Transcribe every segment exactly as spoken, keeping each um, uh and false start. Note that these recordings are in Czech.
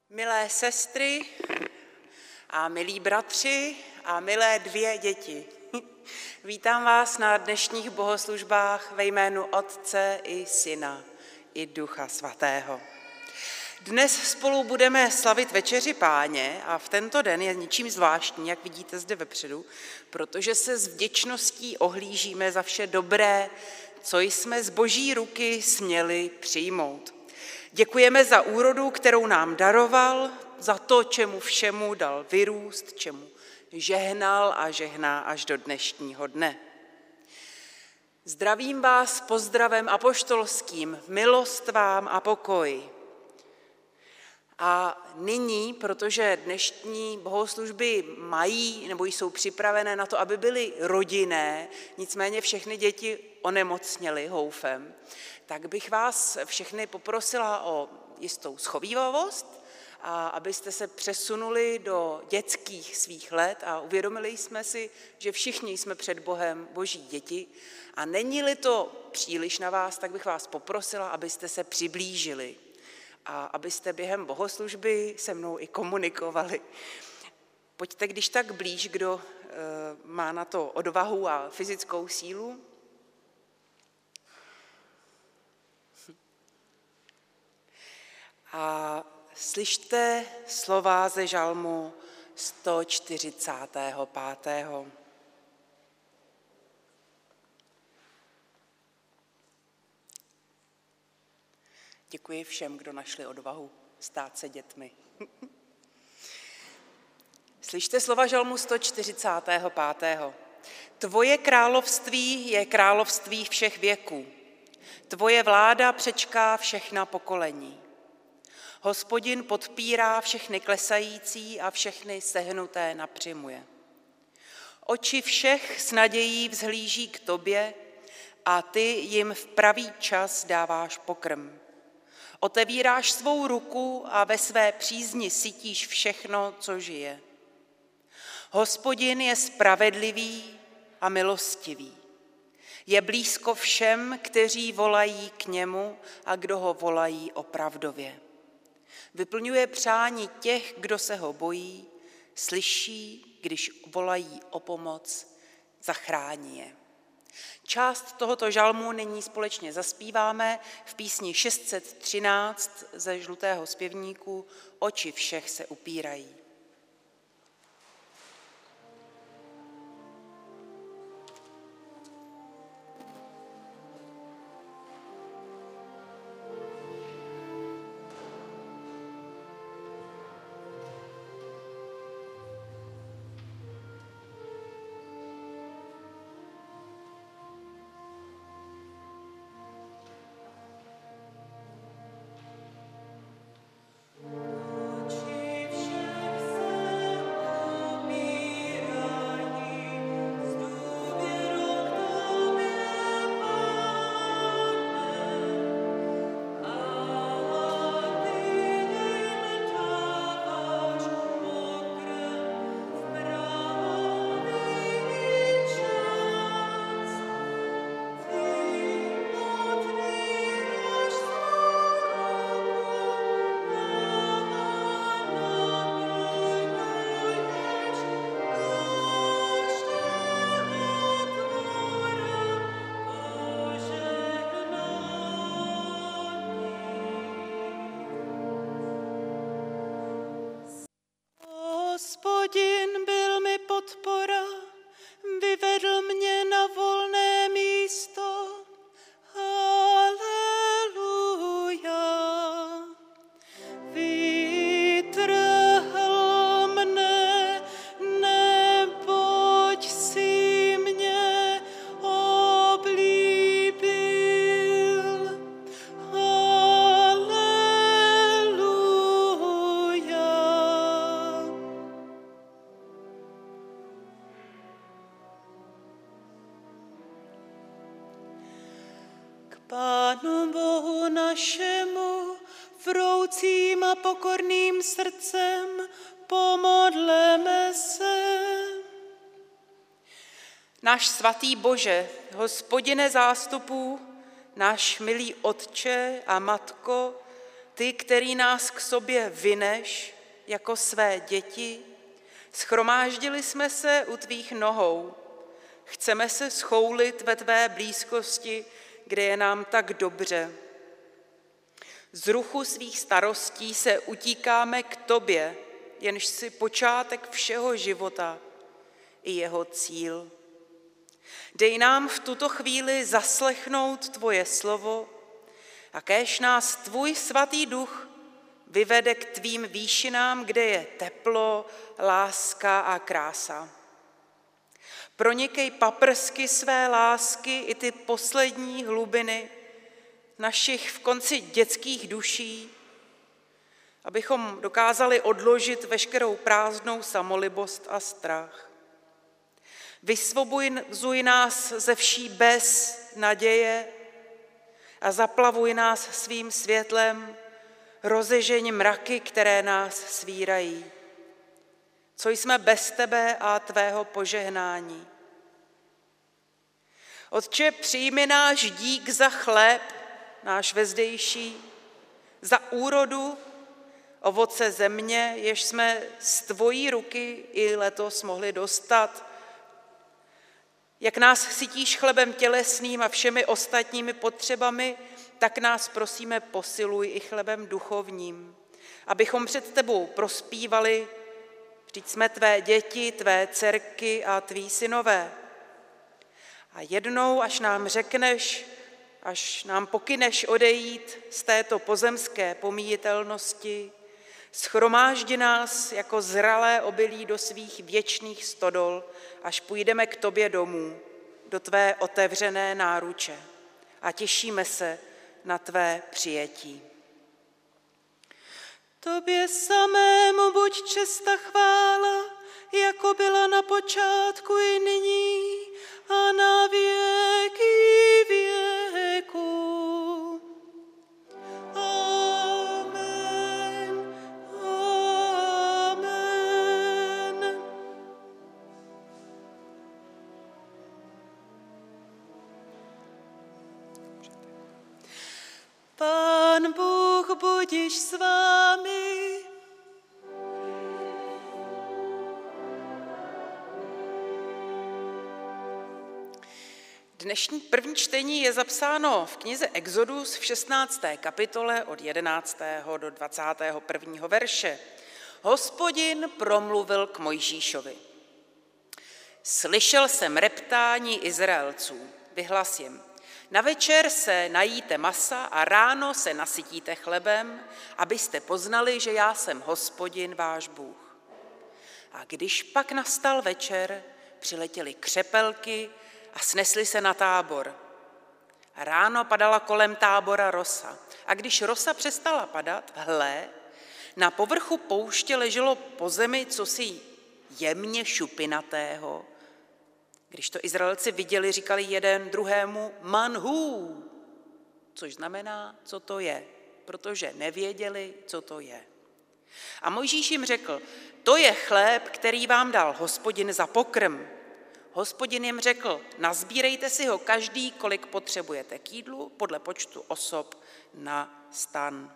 Milé sestry a milí bratři a milé dvě děti, vítám vás na dnešních bohoslužbách ve jménu Otce i Syna i Ducha Svatého. Dnes spolu budeme slavit Večeři Páně a v tento den je ničím zvláštní, jak vidíte zde vepředu, protože se s vděčností ohlížíme za vše dobré, co jsme z Boží ruky směli přijmout. Děkujeme za úrodu, kterou nám daroval, za to, čemu všemu dal vyrůst, čemu žehnal a žehná až do dnešního dne. Zdravím vás pozdravem apoštolským, milost vám a pokoj. A nyní, protože dnešní bohoslužby mají nebo jsou připravené na to, aby byly rodinné, nicméně všechny děti onemocněly houfem, tak bych vás všechny poprosila o jistou schovívavost, a abyste se přesunuli do dětských svých let a uvědomili jsme si, že všichni jsme před Bohem Boží děti a není-li to příliš na vás, tak bych vás poprosila, abyste se přiblížili a abyste během bohoslužby se mnou i komunikovali. Pojďte když tak blíž, kdo e, má na to odvahu a fyzickou sílu. A slyšte slova ze žalmu sto čtyřicátého pátého Děkuji všem, kdo našli odvahu stát se dětmi. Slyšte slova žalmu sto čtyřicátého pátého Tvoje království je království všech věků. Tvoje vláda přečká všechna pokolení. Hospodin podpírá všechny klesající a všechny sehnuté napřimuje. Oči všech s nadějí vzhlíží k tobě a ty jim v pravý čas dáváš pokrm. Otevíráš svou ruku a ve své přízni sytíš všechno, co žije. Hospodin je spravedlivý a milostivý. Je blízko všem, kteří volají k němu a kdo ho volají opravdově. Vyplňuje přání těch, kdo se ho bojí, slyší, když volají o pomoc, zachrání je. Část tohoto žalmu nyní společně zaspíváme v písni šest set třináct ze žlutého zpěvníku Oči všech se upírají. Hospodin byl mi podpora, vyvedl mě na volné místo. Haleluja. Vytrhl mne, neboť si mě oblíbil. Haleluja. Pánu Bohu našemu, vroucím a pokorným srdcem, pomodleme se. Náš svatý Bože, Hospodine zástupů, náš milý Otče a Matko, ty, který nás k sobě vyneš jako své děti, shromáždili jsme se u tvých nohou. Chceme se schoulit ve tvé blízkosti, kde je nám tak dobře. Z ruchu svých starostí se utíkáme k tobě, jenž si počátek všeho života i jeho cíl. Dej nám v tuto chvíli zaslechnout tvoje slovo a kéž nás tvůj svatý duch vyvede k tvým výšinám, kde je teplo, láska a krása. Pronikej paprsky své lásky i ty poslední hlubiny našich v konci dětských duší, abychom dokázali odložit veškerou prázdnou samolibost a strach. Vysvobozuj nás ze vší bez naděje a zaplavuj nás svým světlem, rozežeň mraky, které nás svírají. Co jsme bez tebe a tvého požehnání. Otče, přijmi náš dík za chléb, náš vezdejší, za úrodu, ovoce země, jež jsme z tvojí ruky i letos mohli dostat. Jak nás sytíš chlebem tělesným a všemi ostatními potřebami, tak nás prosíme posiluj i chlebem duchovním, abychom před tebou prospívali, vždyť jsme tvé děti, tvé dcerky a tví synové. A jednou, až nám řekneš, až nám pokyneš odejít z této pozemské pomíjitelnosti, shromáždi nás jako zralé obilí do svých věčných stodol, až půjdeme k tobě domů, do tvé otevřené náruče a těšíme se na tvé přijetí. Tobě samému buď čest a chvála, jako byla na počátku i nyní a na věky věku. Amen. Amen. Pán Bůh budiž s vámi. Dnešní první čtení je zapsáno v knize Exodus v šestnácté kapitole od jedenáctého do dvacátého prvního verše. Hospodin promluvil k Mojžíšovi. Slyšel jsem reptání Izraelců, vyhlas jim. Na večer se najíte masa a ráno se nasytíte chlebem, abyste poznali, že já jsem Hospodin váš Bůh. A když pak nastal večer, přiletěly křepelky a snesly se na tábor. A ráno padala kolem tábora rosa. A když rosa přestala padat, hle, na povrchu pouště leželo po zemi cosi jemně šupinatého. Když to Izraelci viděli, říkali jeden druhému manhů, což znamená, co to je, protože nevěděli, co to je. A Mojžíš jim řekl, to je chléb, který vám dal Hospodin za pokrm. Hospodin jim řekl, nazbírejte si ho každý, kolik potřebujete k jídlu, podle počtu osob na stan.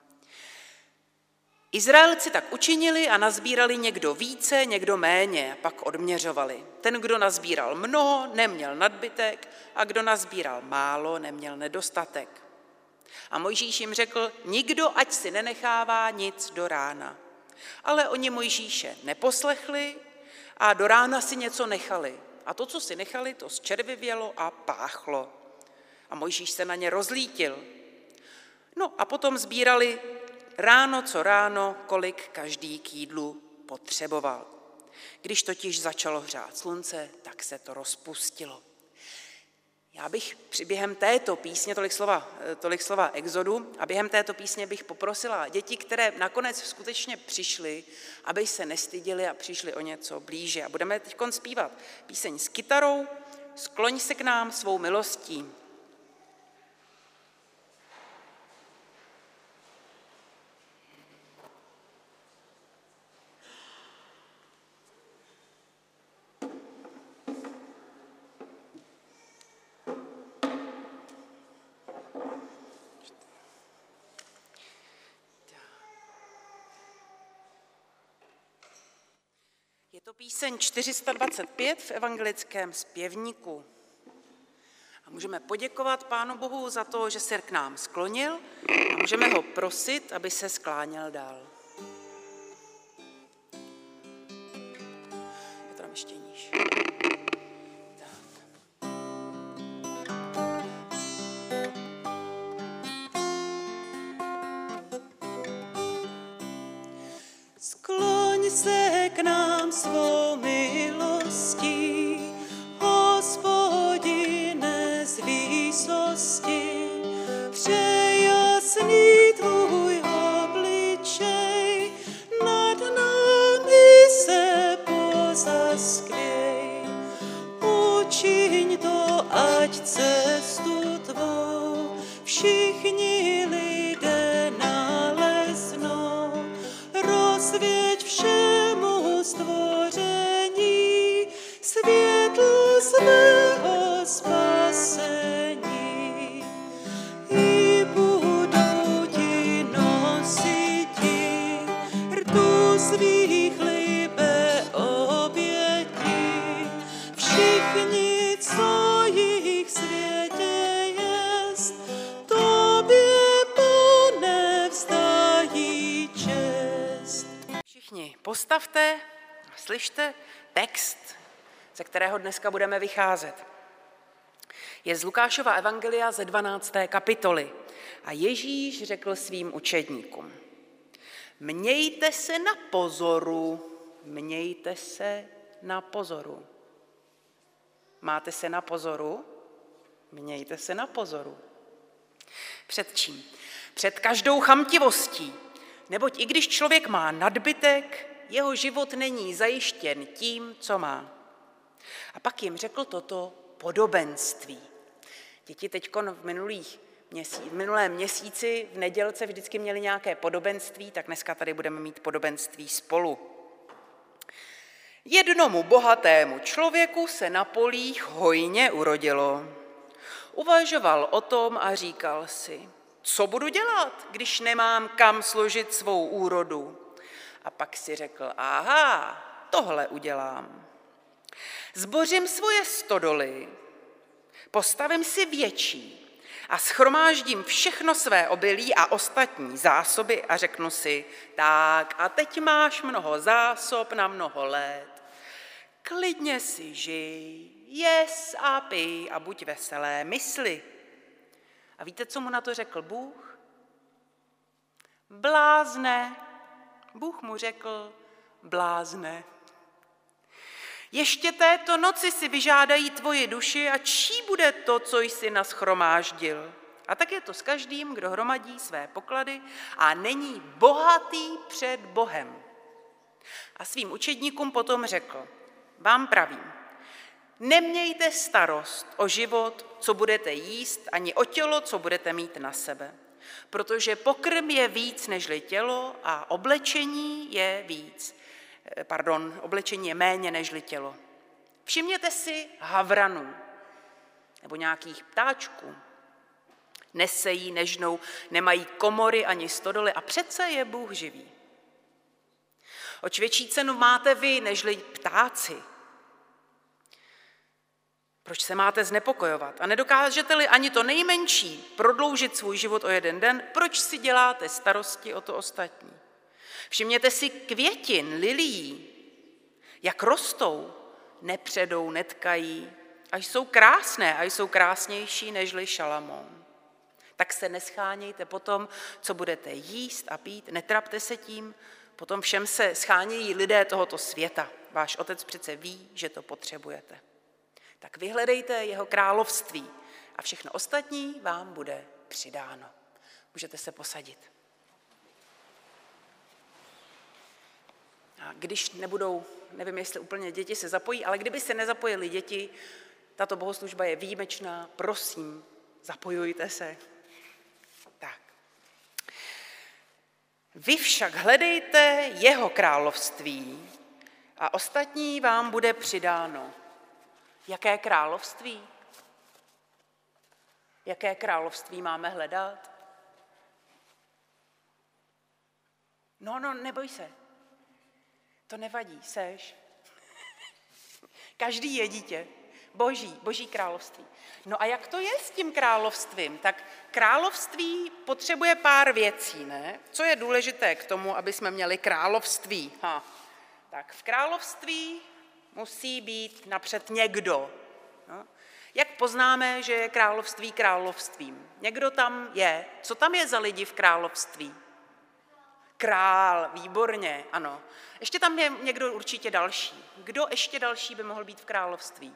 Izraelci tak učinili a nazbírali někdo více, někdo méně, a pak odměřovali. Ten, kdo nazbíral mnoho, neměl nadbytek a kdo nazbíral málo, neměl nedostatek. A Mojžíš jim řekl, nikdo ať si nenechává nic do rána. Ale oni Mojžíše neposlechli a do rána si něco nechali. A to, co si nechali, to zčervivělo a páchlo. A Mojžíš se na ně rozlítil. No a potom sbírali ráno co ráno, kolik každý k jídlu potřeboval. Když totiž začalo hřát slunce, tak se to rozpustilo. Já bych při během této písně, tolik slova, tolik slova Exodu, a během této písně bych poprosila děti, které nakonec skutečně přišly, aby se nestyděli a přišli o něco blíže. A budeme teď zpívat píseň s kytarou, Skloň se k nám svou milostí. to píseň čtyři sta dvacet pět v evangelickém zpěvníku. A můžeme poděkovat Pánu Bohu za to, že se k nám sklonil a můžeme ho prosit, aby se skláněl dál. Je to tam ještě níž. Skloň se k nám svou milostí, Hospodine z výsosti, přejasný tvůj obličej, nad námi se pozaskvěj. Učiň to, ať cestu tvou všichni lidé naleznou, rozsvěť všemu stvoření světlo svého spasení. I budu ti nositi rtu svých libe obětí. Všichni, co jich světě jest, tobě, Pane, vzdají čest. Všichni postavte a slyšte text, ze kterého dneska budeme vycházet. Je z Lukášova evangelia ze dvanácté kapitoly. A Ježíš řekl svým učedníkům: Mějte se na pozoru, mějte se na pozoru. Máte se na pozoru? Mějte se na pozoru. Před čím? Před každou chamtivostí. Neboť i když člověk má nadbytek, jeho život není zajištěn tím, co má. A pak jim řekl toto podobenství. Děti teďkon v, minulých měsíc, v minulém měsíci v nedělce vždycky měli nějaké podobenství, tak dneska tady budeme mít podobenství spolu. Jednomu bohatému člověku se na polích hojně urodilo. Uvažoval o tom a říkal si: Co budu dělat, když nemám kam složit svou úrodu? A pak si řekl: Aha, tohle udělám. Zbořím svoje stodoly, postavím si větší a shromáždím všechno své obilí a ostatní zásoby a řeknu si: Tak a teď máš mnoho zásob na mnoho let. Klidně si žij, jes a pij a buď veselé mysli. A víte, co mu na to řekl Bůh? Blázne. Bůh mu řekl: Blázne. Ještě této noci si vyžádají tvoji duši a čí bude to, co jsi nashromáždil. A tak je to s každým, kdo hromadí své poklady a není bohatý před Bohem. A svým učedníkům potom řekl: Vám pravím, nemějte starost o život, co budete jíst, ani o tělo, co budete mít na sebe. Protože pokrm je víc nežli tělo a oblečení je víc. Pardon, oblečení je méně nežli tělo. Všimněte si havranů nebo nějakých ptáčků. Nesejí, nežnou, nemají komory ani stodoly a přece je Bůh živý. Oč větší cenu máte vy nežli ptáci? Proč se máte znepokojovat? A nedokážete-li ani to nejmenší prodloužit svůj život o jeden den, proč si děláte starosti o to ostatní? Všimněte si květin, lilií, jak rostou, nepředou, netkají, a jsou krásné a jsou krásnější nežli Šalamoun. Tak se neschánějte po tom, co budete jíst a pít, netrapte se tím, potom všem se schánějí lidé tohoto světa. Váš otec přece ví, že to potřebujete. Tak vyhledejte jeho království a všechno ostatní vám bude přidáno. Můžete se posadit. A když nebudou, nevím, jestli úplně děti se zapojí, ale kdyby se nezapojili děti, tato bohoslužba je výjimečná, prosím, zapojujte se. Tak. Vy však hledejte jeho království a ostatní vám bude přidáno. Jaké království? Jaké království máme hledat? No, no, neboj se. To nevadí, seš. Každý je dítě. Boží, boží království. No a jak to je s tím královstvím? Tak království potřebuje pár věcí, ne? Co je důležité k tomu, aby jsme měli království? Ha. Tak v království musí být napřed někdo. No. Jak poznáme, že je království královstvím? Někdo tam je. Co tam je za lidi v království? Král, výborně, ano. Ještě tam je někdo určitě další. Kdo ještě další by mohl být v království?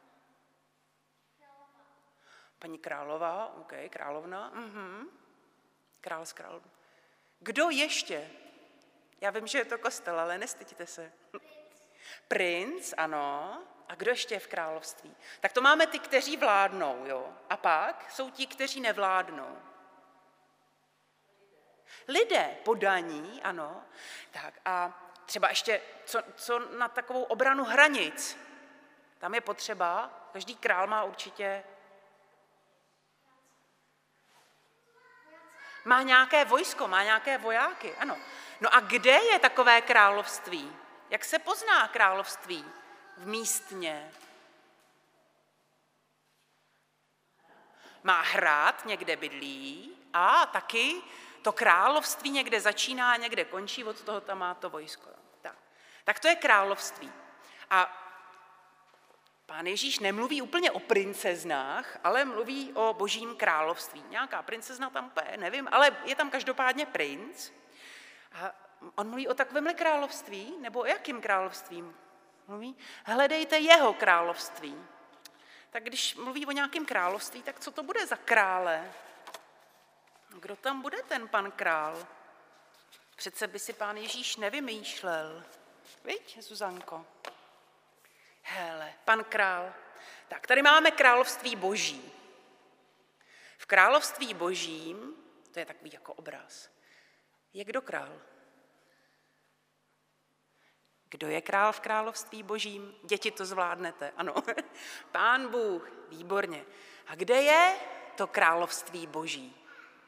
Paní králová, OK, královna, mhm. Král s královnou. Kdo ještě? Já vím, že je to kostel, ale nestyďte se. Princ, ano. A kdo ještě je v království? Tak to máme ty, kteří vládnou, jo. A pak jsou ti, kteří nevládnou. Lidé, podaní, ano. Tak a třeba ještě, co, co na takovou obranu hranic? Tam je potřeba, každý král má určitě... Má nějaké vojsko, má nějaké vojáky, ano. No a kde je takové království? Jak se pozná království? V místně. Má hrad, někde bydlí a taky to království někde začíná, někde končí, od toho tam má to vojsko. Tak, tak to je království. A Pán Ježíš nemluví úplně o princeznách, ale mluví o božím království. Nějaká princezna tam úplně, nevím, ale je tam každopádně princ. A on mluví o takovémhle království, nebo o jakým královstvím? Mluví, hledejte jeho království. Tak když mluví o nějakém království, tak co to bude za krále? Kdo tam bude ten pan král? Přece by si Pán Ježíš nevymýšlel. Viď, Zuzanko? Hele, pan král. Tak, tady máme království boží. V království božím, to je takový jako obraz, je kdo král? Kdo je král v království božím? Děti, to zvládnete, ano. Pán Bůh, výborně. A kde je to království boží?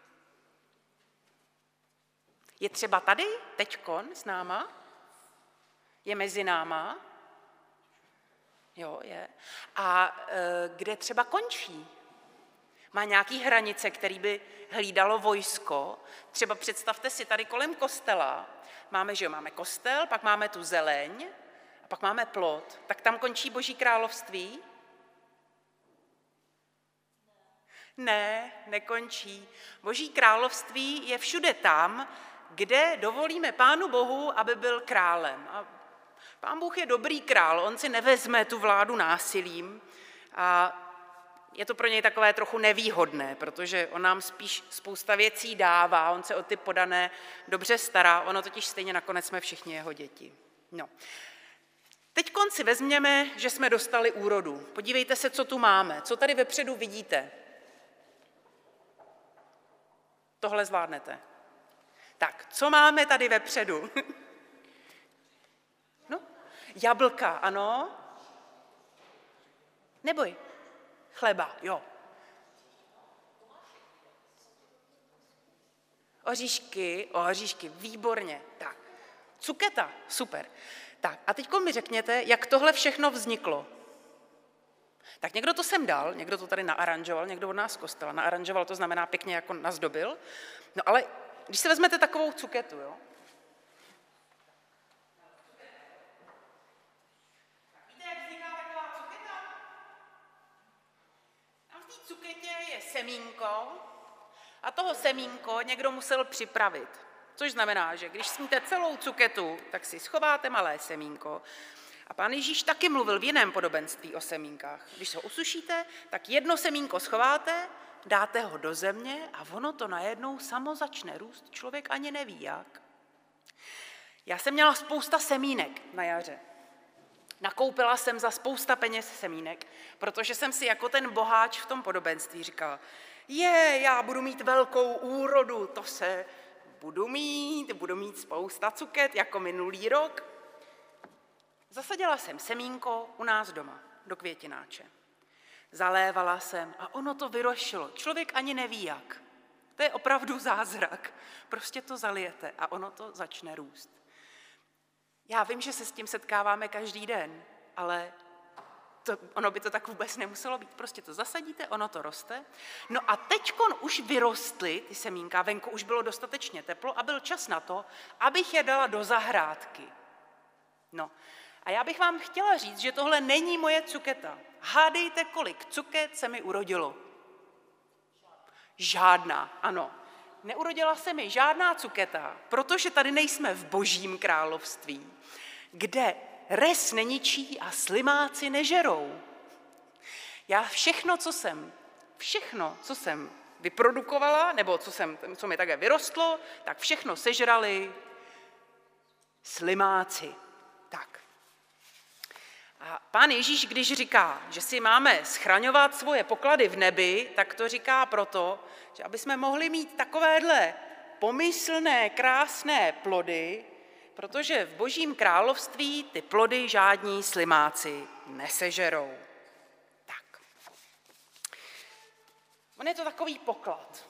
Je třeba tady, teďkon, s náma? Je mezi náma? Jo, je. A e, kde třeba končí? Má nějaký hranice, který by hlídalo vojsko? Třeba představte si tady kolem kostela, máme, že jo, máme kostel, pak máme tu zeleň a pak máme plot. Tak tam končí boží království? Ne, nekončí. Boží království je všude tam, kde dovolíme Pánu Bohu, aby byl králem. A Pán Bůh je dobrý král, on si nevezme tu vládu násilím a je to pro něj takové trochu nevýhodné, protože on nám spíš spousta věcí dává, on se o ty podané dobře stará, ono totiž stejně nakonec jsme všichni jeho děti. No. Teď si vezměme, že jsme dostali úrodu. Podívejte se, co tu máme. Co tady vepředu vidíte? Tohle zvládnete. Tak, co máme tady vepředu? No, jablka, ano. Neboj. Chleba, jo. Oříšky, oříšky, výborně. Tak, cuketa, super. Tak, a teď mi řekněte, jak tohle všechno vzniklo. Tak někdo to sem dal, někdo to tady naaranžoval, někdo od nás z kostela. Naaranžoval, to znamená pěkně jako nazdobil. No ale když si vezmete takovou cuketu, jo. Víte, jak vzniká taková cuketa? Tam v té cuketě je semínko a toho semínko někdo musel připravit. Což znamená, že když sníte celou cuketu, tak si schováte malé semínko. A Pán Ježíš taky mluvil v jiném podobenství o semínkách. Když ho usušíte, tak jedno semínko schováte, dáte ho do země a ono to najednou samo začne růst. Člověk ani neví jak. Já jsem měla spousta semínek na jaře. Nakoupila jsem za spousta peněz semínek, protože jsem si jako ten boháč v tom podobenství říkala, je, já budu mít velkou úrodu, to se budu mít, budu mít spousta cuket, jako minulý rok. Zasadila jsem semínko u nás doma, do květináče. Zalévala jsem a ono to vyrošilo. Člověk ani neví jak. To je opravdu zázrak. Prostě to zalijete a ono to začne růst. Já vím, že se s tím setkáváme každý den, ale to, ono by to tak vůbec nemuselo být. Prostě to zasadíte, ono to roste. No a teďkon už vyrostly ty semínka, venku už bylo dostatečně teplo a byl čas na to, abych je dala do zahrádky. No a já bych vám chtěla říct, že tohle není moje cuketa. Hádejte, kolik cuket se mi urodilo. Žádná, ano. Neurodila se mi žádná cuketa, protože tady nejsme v Božím království, kde res neničí a slimáci nežerou. Já všechno, co jsem, všechno, co jsem vyprodukovala, nebo co, jsem, co mi také vyrostlo, tak všechno sežrali slimáci. Tak. A Pán Ježíš, když říká, že si máme schraňovat svoje poklady v nebi, tak to říká proto, že aby jsme mohli mít takovéhle pomyslné, krásné plody, protože v Božím království ty plody žádní slimáci nesežerou. Tak. On je to takový poklad.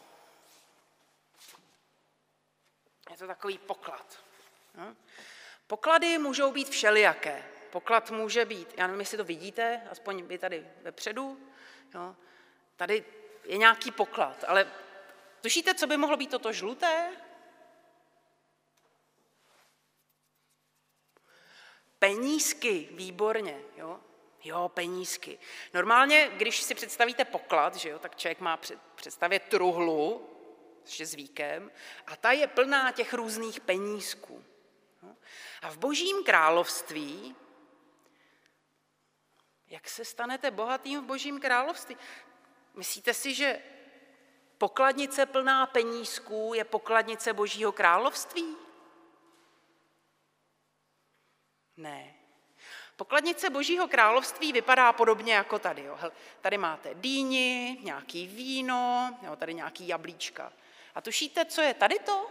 Je to takový poklad. No. Poklady můžou být všelijaké. Poklad může být, já nevím, jestli to vidíte, aspoň vy tady vepředu, jo. Tady je nějaký poklad, ale tušíte, co by mohlo být toto žluté? Penízky, výborně, jo. Jo, penízky. Normálně, když si představíte poklad, že jo, tak člověk má představit truhlu s žezvíkem a ta je plná těch různých penízků. Jo. A v Božím království, jak se stanete bohatým v Božím království? Myslíte si, že pokladnice plná penízků je pokladnice Božího království? Ne. Pokladnice Božího království vypadá podobně jako tady. Jo. Tady máte dýni, nějaký víno, jo, tady nějaký jablíčka. A tušíte, co je tady to?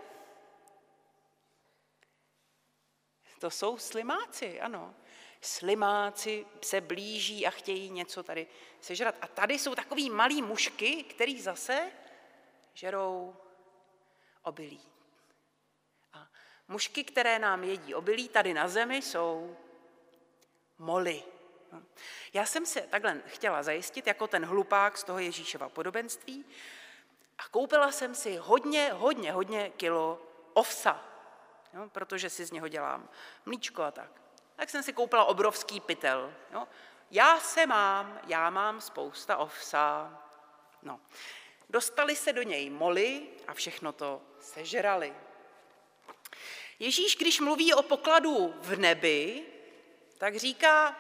To jsou slimáci, ano. Slimáci se blíží a chtějí něco tady sežrat. A tady jsou takový malý mušky, který zase žerou obilí. A mušky, které nám jedí obilí, tady na zemi jsou moly. Já jsem se takhle chtěla zajistit jako ten hlupák z toho Ježíšova podobenství a koupila jsem si hodně, hodně, hodně kilo ovsa, jo, protože si z něho dělám mlíčko a tak. Tak jsem si koupila obrovský pytel. Jo. Já se mám, já mám spousta ovsa. No. Dostali se do něj moly a všechno to sežrali. Ježíš, když mluví o pokladu v nebi, tak říká,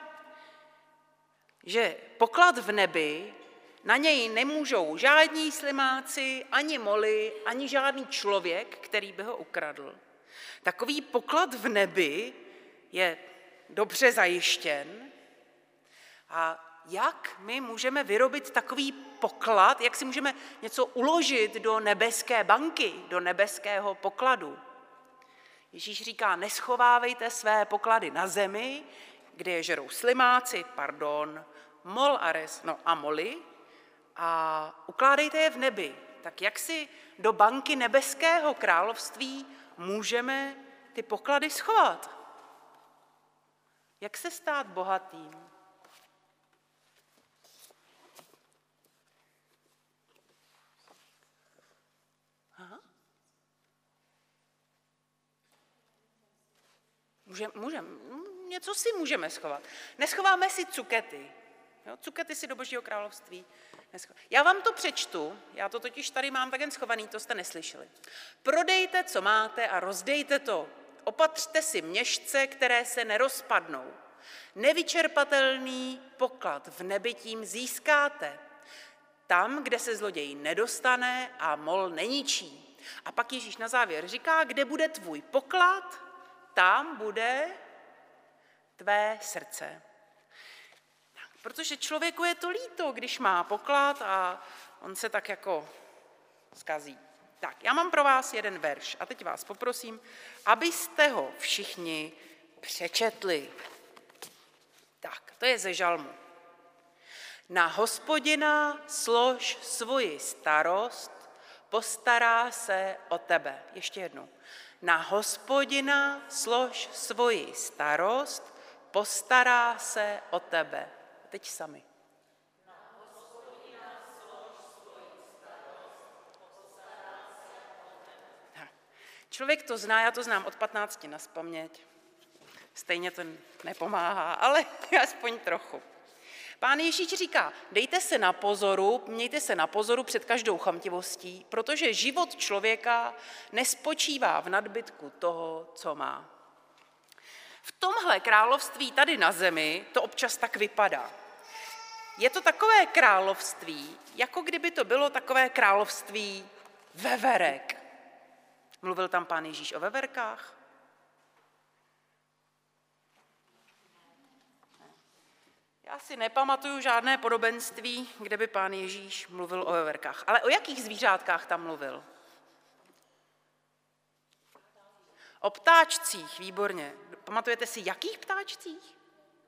že poklad v nebi, na něj nemůžou žádní slimáci, ani moly, ani žádný člověk, který by ho ukradl. Takový poklad v nebi je dobře zajištěn. A jak my můžeme vyrobit takový poklad, jak si můžeme něco uložit do nebeské banky, do nebeského pokladu? Ježíš říká, neschovávejte své poklady na zemi, kde je žerou slimáci, pardon, mol a res, no a moly, a ukládejte je v nebi. Tak jak si do banky nebeského království můžeme ty poklady schovat? Jak se stát bohatým? Aha. Můžeme, můžeme, něco si můžeme schovat. Neschováme si cukety. Jo, cukety si do Božího království neschováme. Já vám to přečtu, já to totiž tady mám tak jen schovaný, to jste neslyšeli. Prodejte, co máte a rozdejte to. Opatřte si měšce, které se nerozpadnou. Nevyčerpatelný poklad v nebi tím získáte. Tam, kde se zloděj nedostane a mol neničí. A pak Ježíš na závěr říká, kde bude tvůj poklad, tam bude tvé srdce. Protože člověku je to líto, když má poklad a on se tak jako zkazí. Tak, já mám pro vás jeden verš a teď vás poprosím, abyste ho všichni přečetli. Tak, to je ze žalmu. Na Hospodina slož svoji starost, postará se o tebe. Ještě jednou. Na Hospodina slož svoji starost, postará se o tebe. A teď sami. Člověk to zná, já to znám od patnácti nazpaměť. Stejně to nepomáhá, ale aspoň trochu. Pán Ježíš říká, dejte se na pozoru, mějte se na pozoru před každou chamtivostí, protože život člověka nespočívá v nadbytku toho, co má. V tomhle království tady na zemi to občas tak vypadá. Je to takové království, jako kdyby to bylo takové království veverek. Mluvil tam Pán Ježíš o veverkách? Já si nepamatuju žádné podobenství, kde by Pán Ježíš mluvil o veverkách. Ale o jakých zvířátkách tam mluvil? O ptáčcích, výborně. Pamatujete si, jakých ptáčcích?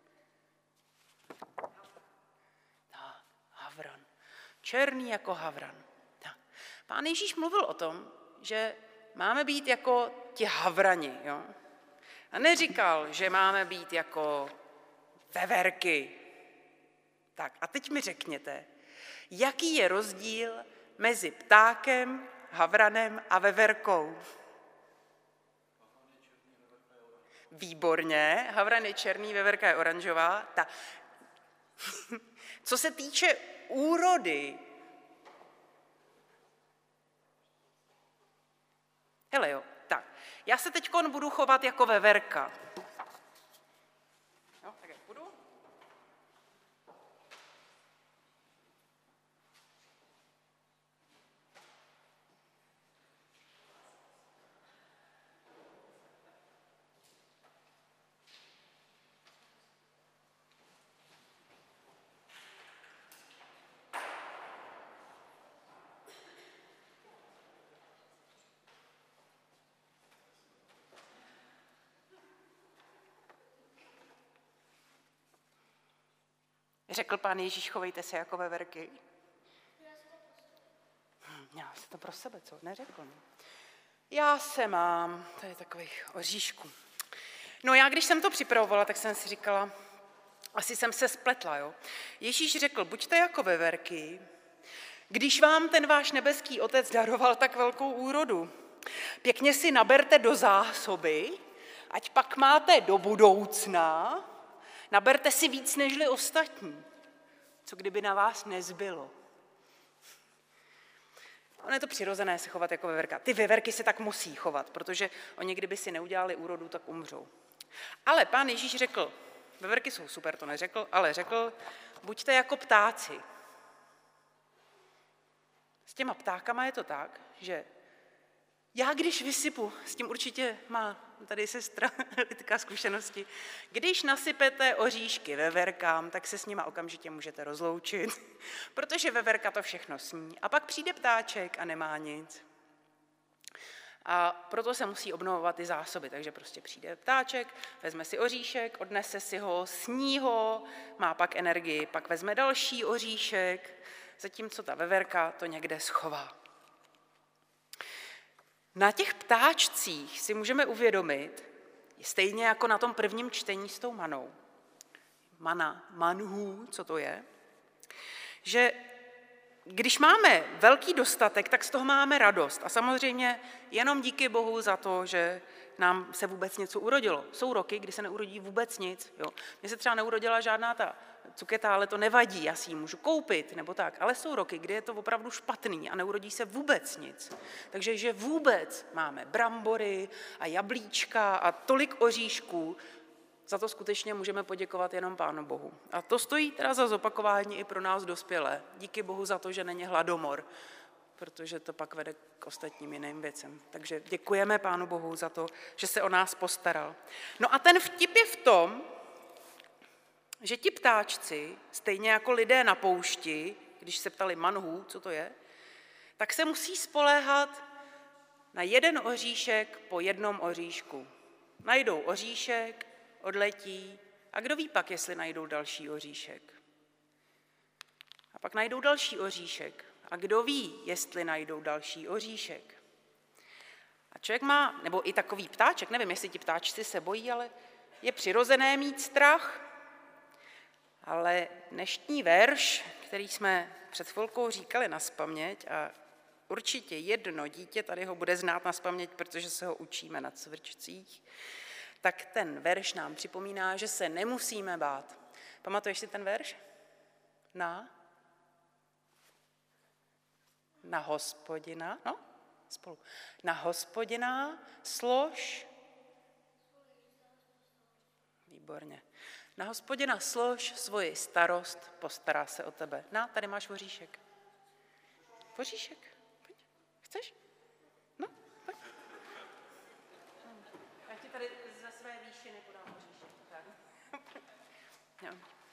Tak, havran. Černý jako havran. Tak. Pán Ježíš mluvil o tom, že máme být jako ti havrani. Jo? A neříkal, že máme být jako veverky. Tak a teď mi řekněte, jaký je rozdíl mezi ptákem, havranem a veverkou? Výborně, havran je černý, veverka je oranžová. Ta. Co se týče úrody, hele jo, tak, já se teďkon budu chovat jako veverka. Jo, tak jak budu? Řekl Pán Ježíš, chovejte se jako veverky. Hm, já se to pro sebe, co? Neřekl. Já se mám, to je takových oříšků. No já, když jsem to připravovala, tak jsem si říkala, asi jsem se spletla, jo. Ježíš řekl, buďte jako veverky, když vám ten váš nebeský otec daroval tak velkou úrodu. Pěkně si naberte do zásoby, ať pak máte do budoucna, naberte si víc nežli ostatní. Co kdyby na vás nezbylo? Ono je to přirozené se chovat jako veverka. Ty veverky se tak musí chovat, protože oni kdyby si neudělali úrodu, tak umřou. Ale Pán Ježíš řekl, veverky jsou super, to neřekl, ale řekl, buďte jako ptáci. S těma ptákama je to tak, že já když vysypu, s tím určitě má tady sestra Lidka zkušenosti, když nasypete oříšky veverkám, tak se s nima okamžitě můžete rozloučit, protože veverka to všechno sní. A pak přijde ptáček a nemá nic. A proto se musí obnovovat ty zásoby, takže prostě přijde ptáček, vezme si oříšek, odnese si ho, sní ho, má pak energii, pak vezme další oříšek, zatímco ta veverka to někde schová. Na těch ptáčcích si můžeme uvědomit, stejně jako na tom prvním čtení s tou manou, mana, manhů, co to je, že když máme velký dostatek, tak z toho máme radost. A samozřejmě jenom díky Bohu za to, že nám se vůbec něco urodilo. Jsou roky, kdy se neurodí vůbec nic. Jo. Mně se třeba neurodila žádná ta cuketa, ale to nevadí, já si ji můžu koupit, nebo tak. Ale jsou roky, kdy je to opravdu špatný a neurodí se vůbec nic. Takže že vůbec máme brambory a jablíčka a tolik oříšků, za to skutečně můžeme poděkovat jenom Pánu Bohu. A to stojí teda za zopakování i pro nás dospělé. Díky Bohu za to, že není hladomor, protože to pak vede k ostatním jiným věcem. Takže děkujeme Pánu Bohu za to, že se o nás postaral. No a ten vtip je v tom, že ti ptáčci, stejně jako lidé na poušti, když se ptali manhů, co to je, tak se musí spoléhat na jeden oříšek po jednom oříšku. Najdou oříšek, odletí a kdo ví pak, jestli najdou další oříšek. A pak najdou další oříšek a kdo ví, jestli najdou další oříšek. A člověk má, nebo i takový ptáček, nevím, jestli ti ptáčci se bojí, ale je přirozené mít strach. Ale dnešní verš, který jsme před chvilkou říkali nazpaměť, a určitě jedno dítě tady ho bude znát nazpaměť, protože se ho učíme na cvrčcích, tak ten verš nám připomíná, že se nemusíme bát. Pamatuješ si ten verš? Na? Na Hospodina, no, spolu. Na Hospodina slož. Výborně. Na Hospodina slož svoji starost, postará se o tebe. Na, tady máš voříšek. Voříšek, pojď. Chceš? No, pojď. Já ti tady ze své výšiny podám voříšek. Tak. No.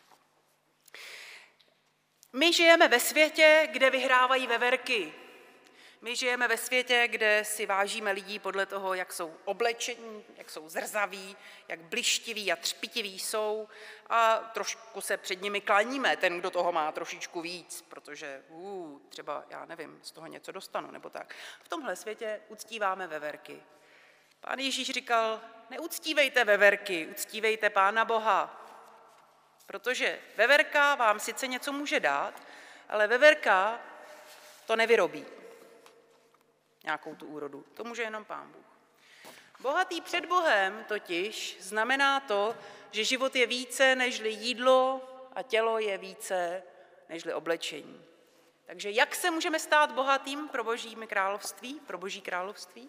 My žijeme ve světě, kde vyhrávají veverky. My žijeme ve světě, kde si vážíme lidí podle toho, jak jsou oblečení, jak jsou zrzaví, jak blištiví a třpitiví jsou a trošku se před nimi klaníme, ten, kdo toho má trošičku víc, protože uh, třeba, já nevím, z toho něco dostanu nebo tak. V tomhle světě uctíváme veverky. Pán Ježíš říkal, neuctívejte veverky, uctívejte Pána Boha, protože veverka vám sice něco může dát, ale veverka to nevyrobí. Nějakou tu úrodu. To může jenom Pán Bůh. Bohatý před Bohem totiž znamená to, že život je více nežli jídlo a tělo je více nežli oblečení. Takže jak se můžeme stát bohatým pro Boží království, pro Boží království?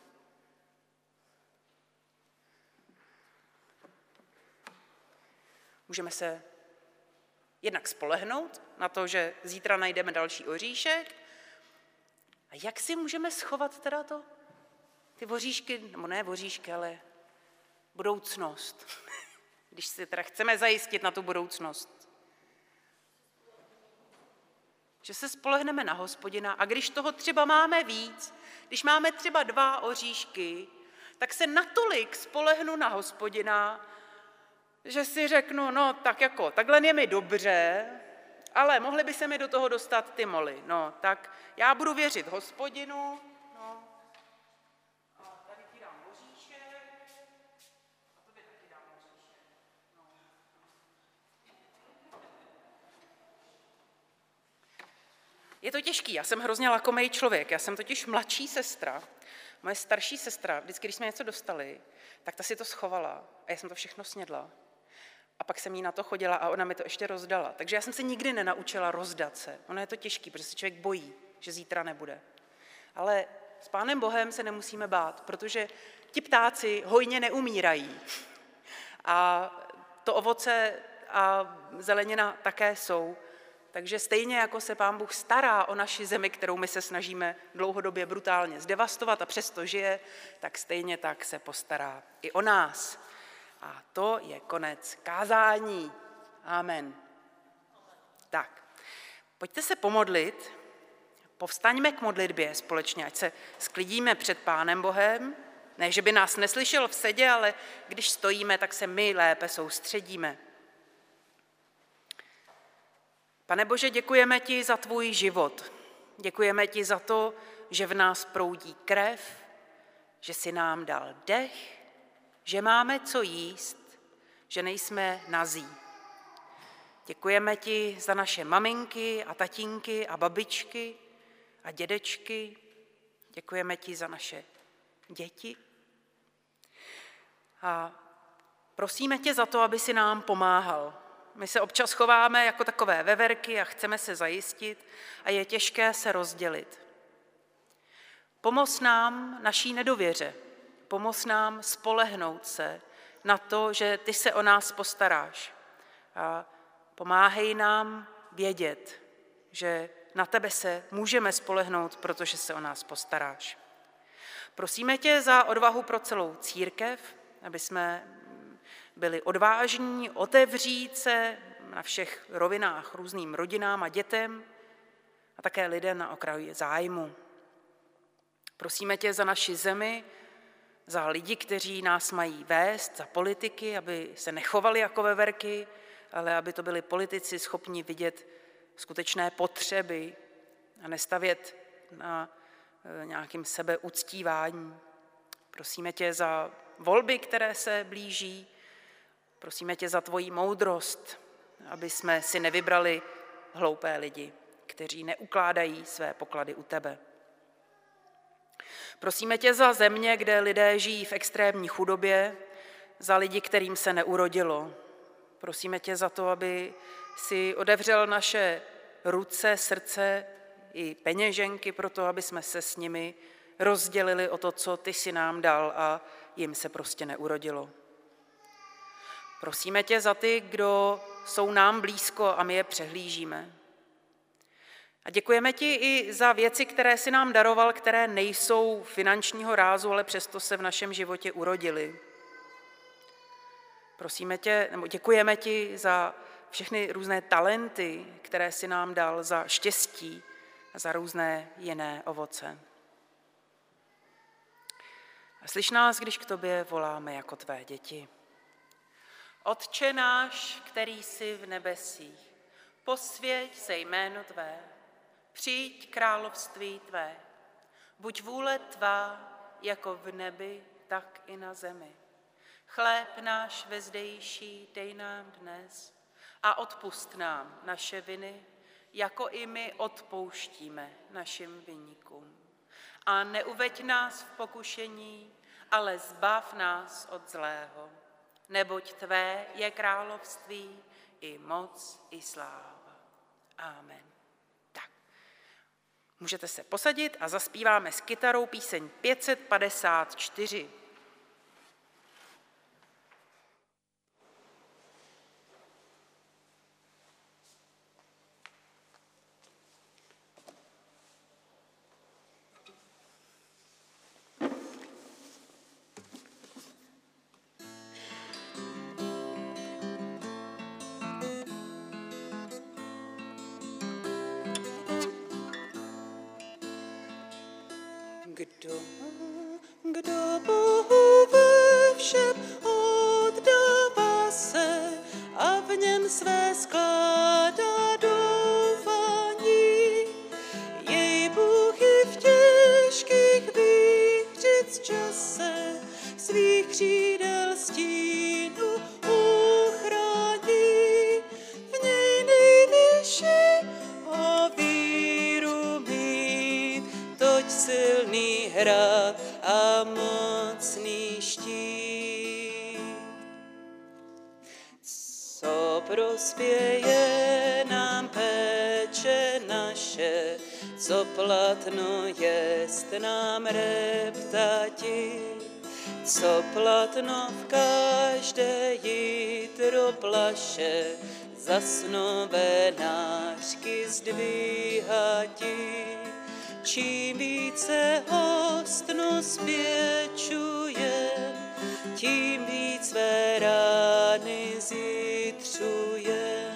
Můžeme se jednak spolehnout na to, že zítra najdeme další oříšek. A jak si můžeme schovat teda to? Ty voříšky, nebo ne voříšky, ale budoucnost. Když si teda chceme zajistit na tu budoucnost. Že se spolehneme na Hospodina a když toho třeba máme víc, když máme třeba dva oříšky, tak se natolik spolehnu na Hospodina, že si řeknu, no tak jako, takhle je mi dobře, ale mohly by se mi do toho dostat ty moly. No, tak já budu věřit Hospodinu, no, a tady ti dám voříšek, a tobě taky dám voříšek. No. Je to těžký, já jsem hrozně lakomej člověk, já jsem totiž mladší sestra. Moje starší sestra, vždycky, když jsme něco dostali, tak ta si to schovala a já jsem to všechno snědla. A pak jsem jí na to chodila a ona mi to ještě rozdala. Takže já jsem se nikdy nenaučila rozdat se. Ono je to těžký, protože se člověk bojí, že zítra nebude. Ale s Pánem Bohem se nemusíme bát, protože ti ptáci hojně neumírají. A to ovoce a zelenina také jsou. Takže stejně jako se Pán Bůh stará o naši zemi, kterou my se snažíme dlouhodobě brutálně zdevastovat a přesto žije, tak stejně tak se postará i o nás. A to je konec kázání. Amen. Tak, pojďte se pomodlit, povstaňme k modlitbě společně, ať se sklidíme před Pánem Bohem. Ne, že by nás neslyšel v sedě, ale když stojíme, tak se my lépe soustředíme. Pane Bože, děkujeme ti za tvůj život. Děkujeme ti za to, že v nás proudí krev, že jsi nám dal dech, že máme co jíst, že nejsme nazí. Děkujeme ti za naše maminky a tatínky a babičky a dědečky. Děkujeme ti za naše děti. A prosíme tě za to, aby si nám pomáhal. My se občas chováme jako takové veverky a chceme se zajistit a je těžké se rozdělit. Pomoz nám naší nedověře. Pomoz nám spolehnout se na to, že ty se o nás postaráš. A pomáhej nám vědět, že na tebe se můžeme spolehnout, protože se o nás postaráš. Prosíme tě za odvahu pro celou církev, aby jsme byli odvážní, otevřít se na všech rovinách různým rodinám a dětem a také lidem na okraji zájmu. Prosíme tě za naši zemi, za lidi, kteří nás mají vést, za politiky, aby se nechovali jako veverky, ale aby to byli politici schopni vidět skutečné potřeby a nestavět na nějakým sebeuctívání. Prosíme tě za volby, které se blíží. Prosíme tě za tvoji moudrost, aby jsme si nevybrali hloupé lidi, kteří neukládají své poklady u tebe. Prosíme tě za země, kde lidé žijí v extrémní chudobě, za lidi, kterým se neurodilo. Prosíme tě za to, aby si otevřel naše ruce, srdce i peněženky pro to, aby jsme se s nimi rozdělili o to, co ty si nám dal a jim se prostě neurodilo. Prosíme tě za ty, kdo jsou nám blízko a my je přehlížíme. A děkujeme ti i za věci, které si nám daroval, které nejsou finančního rázu, ale přesto se v našem životě urodily. Prosíme tě, nebo děkujeme ti za všechny různé talenty, které si nám dal, za štěstí a za různé jiné ovoce. A slyš nás, když k tobě voláme jako tvé děti. Otče náš, který jsi v nebesích, posvěť se jméno tvé, přijď království tvé, buď vůle tvá jako v nebi, tak i na zemi. Chléb náš vezdejší dej nám dnes a odpusť nám naše viny, jako i my odpouštíme našim viníkům. A neuveď nás v pokušení, ale zbav nás od zlého. Neboť tvé je království, i moc, i sláva. Amen. Tak, můžete se posadit a zaspíváme s kytarou píseň pět set padesát čtyři. Kdo, kdo Bohu ve všem oddává se a v něm své skládá doufání. Jej Bůh i v těžkých výhřic čase svých křídel stínu uchrání. V něj nejvyšší o víru mít, toť silný hrad a mocný štít. Co prospěje nám péče naše, co platno jest nám reptati, co platno v každé jitro plaše, zasnové nářky zdvíhati. Čím více hostno spěčuje, tím víc své rány zjitřuje.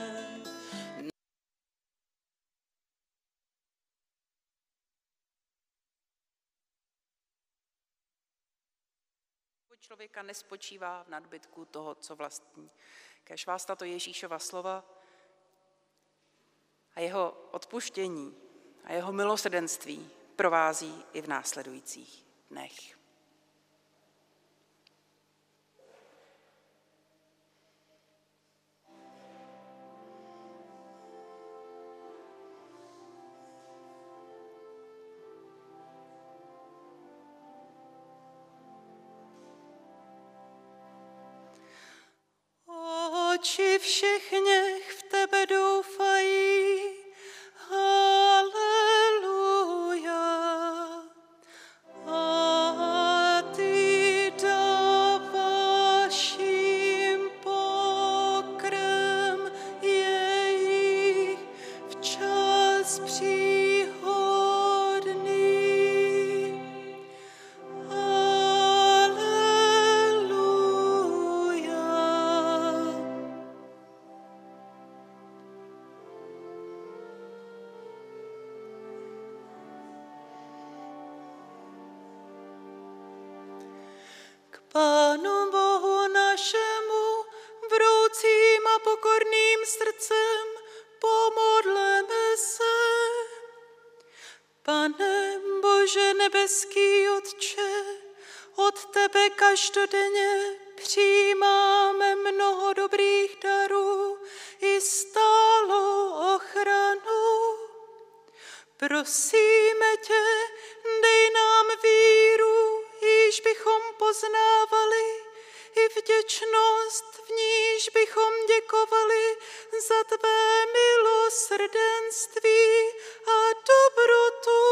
Člověka nespočívá v nadbytku toho, co vlastní. Kéž vás tato Ježíšova slova a jeho odpuštění a jeho milosrdenství provází i v následujících dnech. Oči všech nech v tebe doufají, haleluja. A ty dáváš jim pokrm jejich včas příhodný. Pánu Bohu našemu, vroucím a pokorným srdcem, pomodleme se. Pane Bože nebeský Otče, od tebe každodenně přijímáme mnoho dobrých darů i Prosíme tě, dej nám víru, již bychom poznávali, i vděčnost, v níž bychom děkovali za tvé milosrdenství a dobrotu.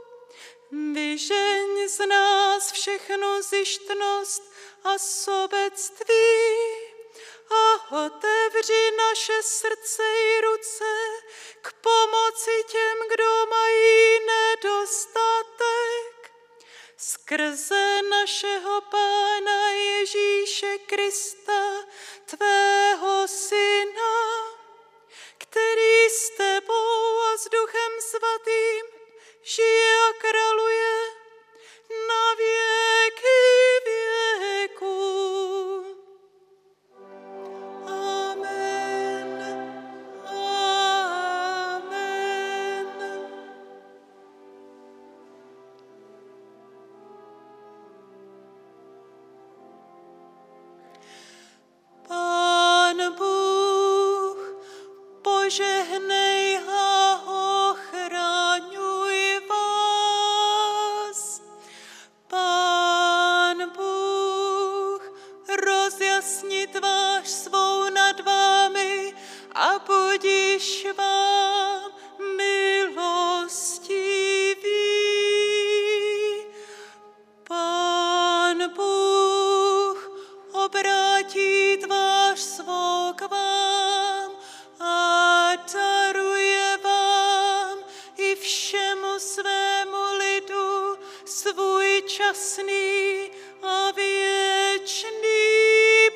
Vyžeň z nás všechnu zištnost a sobectví a otevři naše srdce i ruce k pomoci těm, kdo mají nedostatek. Skrze našeho Pána Ježíše Krista, tvého Syna, který s tebou a s Duchem Svatým žije a králuje na věky věků. Amen. Amen. Pán Bůh, požehnej a ochraňuj vás. Pán Bůh, rozjasni tvář svou nad vámi a budiž vám milostivý. Pán Bůh obrátí tvář svou k vám a daruje vám i všemu svému lidu svůj časný a věčný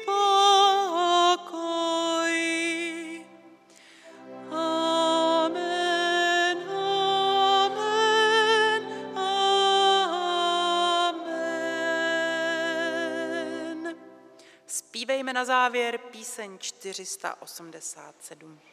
pokoj. Amen, amen, amen. Zpívejme na závěr píseň čtyři sta osmdesát sedm.